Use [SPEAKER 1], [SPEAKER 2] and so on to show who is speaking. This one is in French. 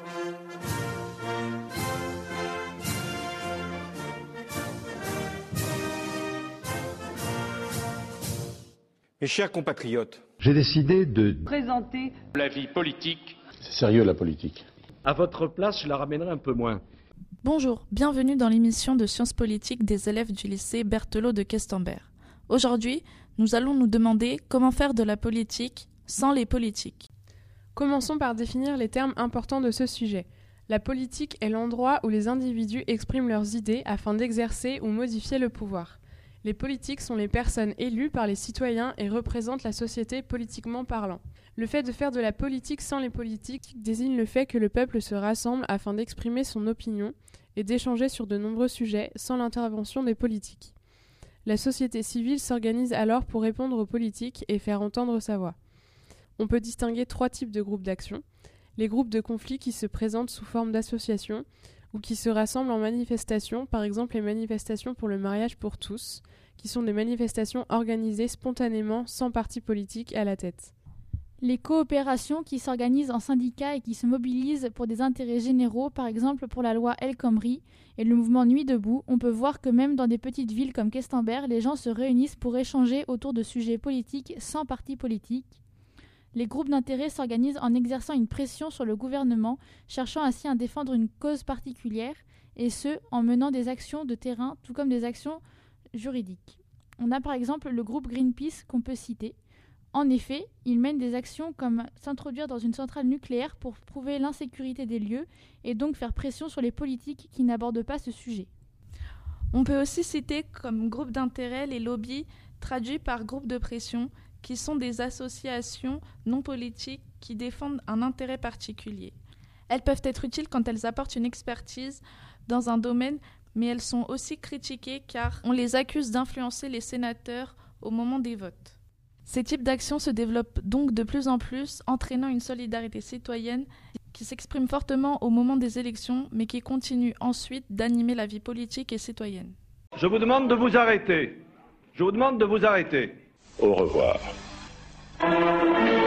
[SPEAKER 1] Mes chers compatriotes,
[SPEAKER 2] j'ai décidé de
[SPEAKER 3] présenter
[SPEAKER 4] la vie politique.
[SPEAKER 2] C'est sérieux la politique.
[SPEAKER 5] À votre place, je la ramènerai un peu moins.
[SPEAKER 6] Bonjour, bienvenue dans l'émission de sciences politiques des élèves du lycée Berthelot de Questembert. Aujourd'hui, nous allons nous demander comment faire de la politique sans les politiques.
[SPEAKER 7] Commençons par définir les termes importants de ce sujet. La politique est l'endroit où les individus expriment leurs idées afin d'exercer ou modifier le pouvoir. Les politiques sont les personnes élues par les citoyens et représentent la société politiquement parlant. Le fait de faire de la politique sans les politiques désigne le fait que le peuple se rassemble afin d'exprimer son opinion et d'échanger sur de nombreux sujets sans l'intervention des politiques. La société civile s'organise alors pour répondre aux politiques et faire entendre sa voix. On peut distinguer 3 types de groupes d'action. Les groupes de conflit qui se présentent sous forme d'associations ou qui se rassemblent en manifestations, par exemple les manifestations pour le mariage pour tous, qui sont des manifestations organisées spontanément sans parti politique à la tête.
[SPEAKER 8] Les coopérations qui s'organisent en syndicats et qui se mobilisent pour des intérêts généraux, par exemple pour la loi El Khomri et le mouvement Nuit debout, on peut voir que même dans des petites villes comme Questembert, les gens se réunissent pour échanger autour de sujets politiques sans parti politique. Les groupes d'intérêt s'organisent en exerçant une pression sur le gouvernement, cherchant ainsi à défendre une cause particulière, et ce, en menant des actions de terrain, tout comme des actions juridiques. On a par exemple le groupe Greenpeace qu'on peut citer. En effet, il mène des actions comme s'introduire dans une centrale nucléaire pour prouver l'insécurité des lieux et donc faire pression sur les politiques qui n'abordent pas ce sujet.
[SPEAKER 6] On peut aussi citer comme groupe d'intérêt les lobbies traduits par groupe de pression, qui sont des associations non politiques qui défendent un intérêt particulier. Elles peuvent être utiles quand elles apportent une expertise dans un domaine, mais elles sont aussi critiquées car on les accuse d'influencer les sénateurs au moment des votes. Ces types d'actions se développent donc de plus en plus, entraînant une solidarité citoyenne qui s'exprime fortement au moment des élections, mais qui continue ensuite d'animer la vie politique et citoyenne.
[SPEAKER 1] je vous demande de vous arrêter. Je vous demande de vous arrêter.
[SPEAKER 2] Au revoir.